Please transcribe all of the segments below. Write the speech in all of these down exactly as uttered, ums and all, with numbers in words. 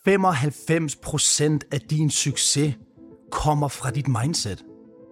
femoghalvfems procent af din succes kommer fra dit mindset.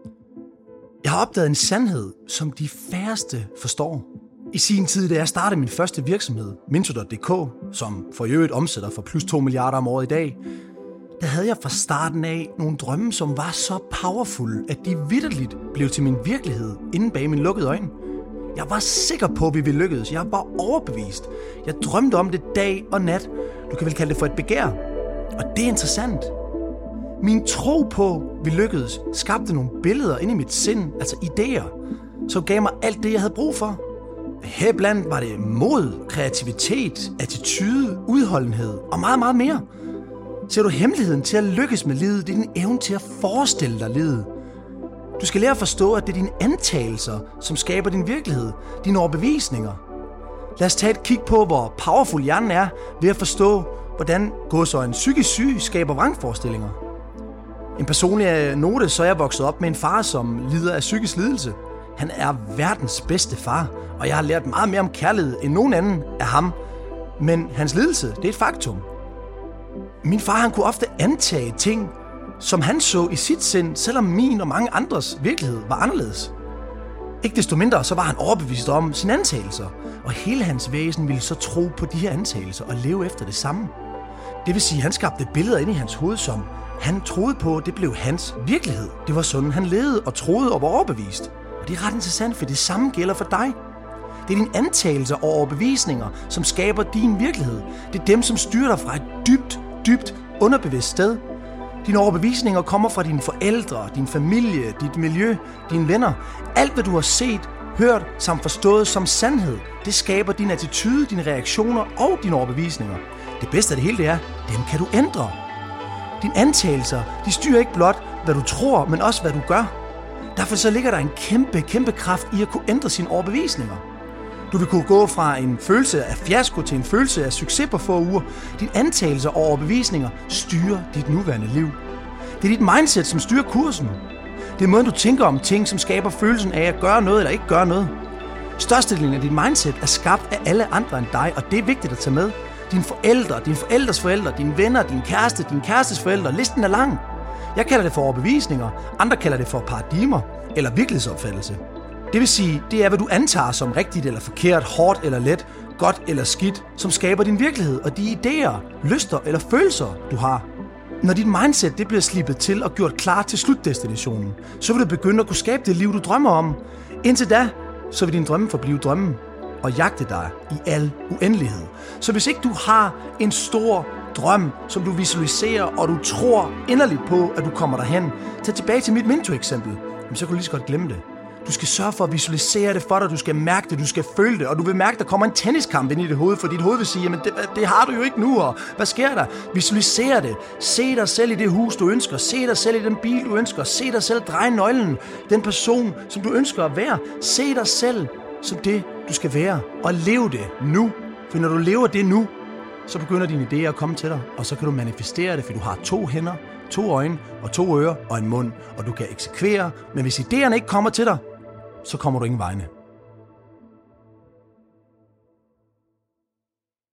Jeg har opdaget en sandhed, som de færreste forstår. I sin tid, da jeg startede min første virksomhed, Minto punktum d k, som for øvrigt omsætter for plus to milliarder om året i dag, der havde jeg fra starten af nogle drømme, som var så powerful, at de vitterligt blev til min virkelighed inde bag mine lukkede øjne. Jeg var sikker på, at vi ville lykkes. Jeg var overbevist. Jeg drømte om det dag og nat. Du kan vel kalde det for et begær. Og det er interessant. Min tro på, at vi lykkedes, skabte nogle billeder inde i mit sind, altså idéer, som gav mig alt det, jeg havde brug for. Heriblandt var det mod, kreativitet, attitude, udholdenhed og meget, meget mere. Ser du hemmeligheden til at lykkes med livet? Det er din evne til at forestille dig livet. Du skal lære at forstå, at det er dine antagelser, som skaber din virkelighed, dine overbevisninger. Lad os tage et kig på, hvor powerful hjernen er ved at forstå, hvordan gåseøjne psykisk syg skaber vrangforestillinger. En personlig note, så er jeg vokset op med en far, som lider af psykisk lidelse. Han er verdens bedste far, og jeg har lært meget mere om kærlighed end nogen anden af ham. Men hans lidelse, det er et faktum. Min far, han kunne ofte antage ting, som han så i sit sind, selvom min og mange andres virkelighed var anderledes. Ikke desto mindre, så var han overbevist om sine antagelser, og hele hans væsen ville så tro på de her antagelser og leve efter det samme. Det vil sige, at han skabte billeder ind i hans hoved, som han troede på, det blev hans virkelighed. Det var sådan, han levede og troede og var overbevist. Og det er ret interessant, for det samme gælder for dig. Det er dine antagelser og overbevisninger, som skaber din virkelighed. Det er dem, som styrer dig fra et dybt, dybt underbevidst sted. Dine overbevisninger kommer fra dine forældre, din familie, dit miljø, dine venner. Alt, hvad du har set, hørt samt forstået som sandhed, det skaber din attitude, dine reaktioner og dine overbevisninger. Det bedste af det hele det er, dem kan du ændre. Dine antagelser, de styrer ikke blot, hvad du tror, men også, hvad du gør. Derfor så ligger der en kæmpe, kæmpe kraft i at kunne ændre sine overbevisninger. Du vil kunne gå fra en følelse af fiasko til en følelse af succes på få uger. Dine antagelser og overbevisninger styrer dit nuværende liv. Det er dit mindset, som styrer kursen. Det er måden, du tænker om ting, som skaber følelsen af at gøre noget eller ikke gøre noget. Størstedelen af dit mindset er skabt af alle andre end dig, og det er vigtigt at tage med. Dine forældre, dine forældres forældre, dine venner, din kæreste, din kærestes forældre. Listen er lang. Jeg kalder det for overbevisninger, andre kalder det for paradigmer eller virkelighedsopfattelse. Det vil sige, det er, hvad du antager som rigtigt eller forkert, hårdt eller let, godt eller skidt, som skaber din virkelighed og de idéer, lyster eller følelser, du har. Når dit mindset det bliver slippet til og gjort klar til slutdestinationen, så vil du begynde at kunne skabe det liv, du drømmer om. Indtil da, så vil din drømme forblive drømmen og jagte dig i al uendelighed. Så hvis ikke du har en stor drøm, som du visualiserer, og du tror inderligt på, at du kommer derhen, tag tilbage til mit Minto-eksempel, så kan du lige så godt glemme det. Du skal sørge for at visualisere det for dig, du skal mærke det, du skal føle det, og du vil mærke, at der kommer en tenniskamp ind i dit hoved, for dit hoved vil sige, jamen det, det har du jo ikke nu, og hvad sker der? Visualiser det. Se dig selv i det hus, du ønsker. Se dig selv i den bil, du ønsker. Se dig selv dreje nøglen. Den person, som du ønsker at være. Se dig selv som det, du skal være, og lev det nu. For når du lever det nu, så begynder dine idéer at komme til dig, og så kan du manifestere det, for du har to hænder, to øjne og to ører og en mund, og du kan eksekvere, men hvis idéerne ikke kommer til dig, så kommer du ingen vegne.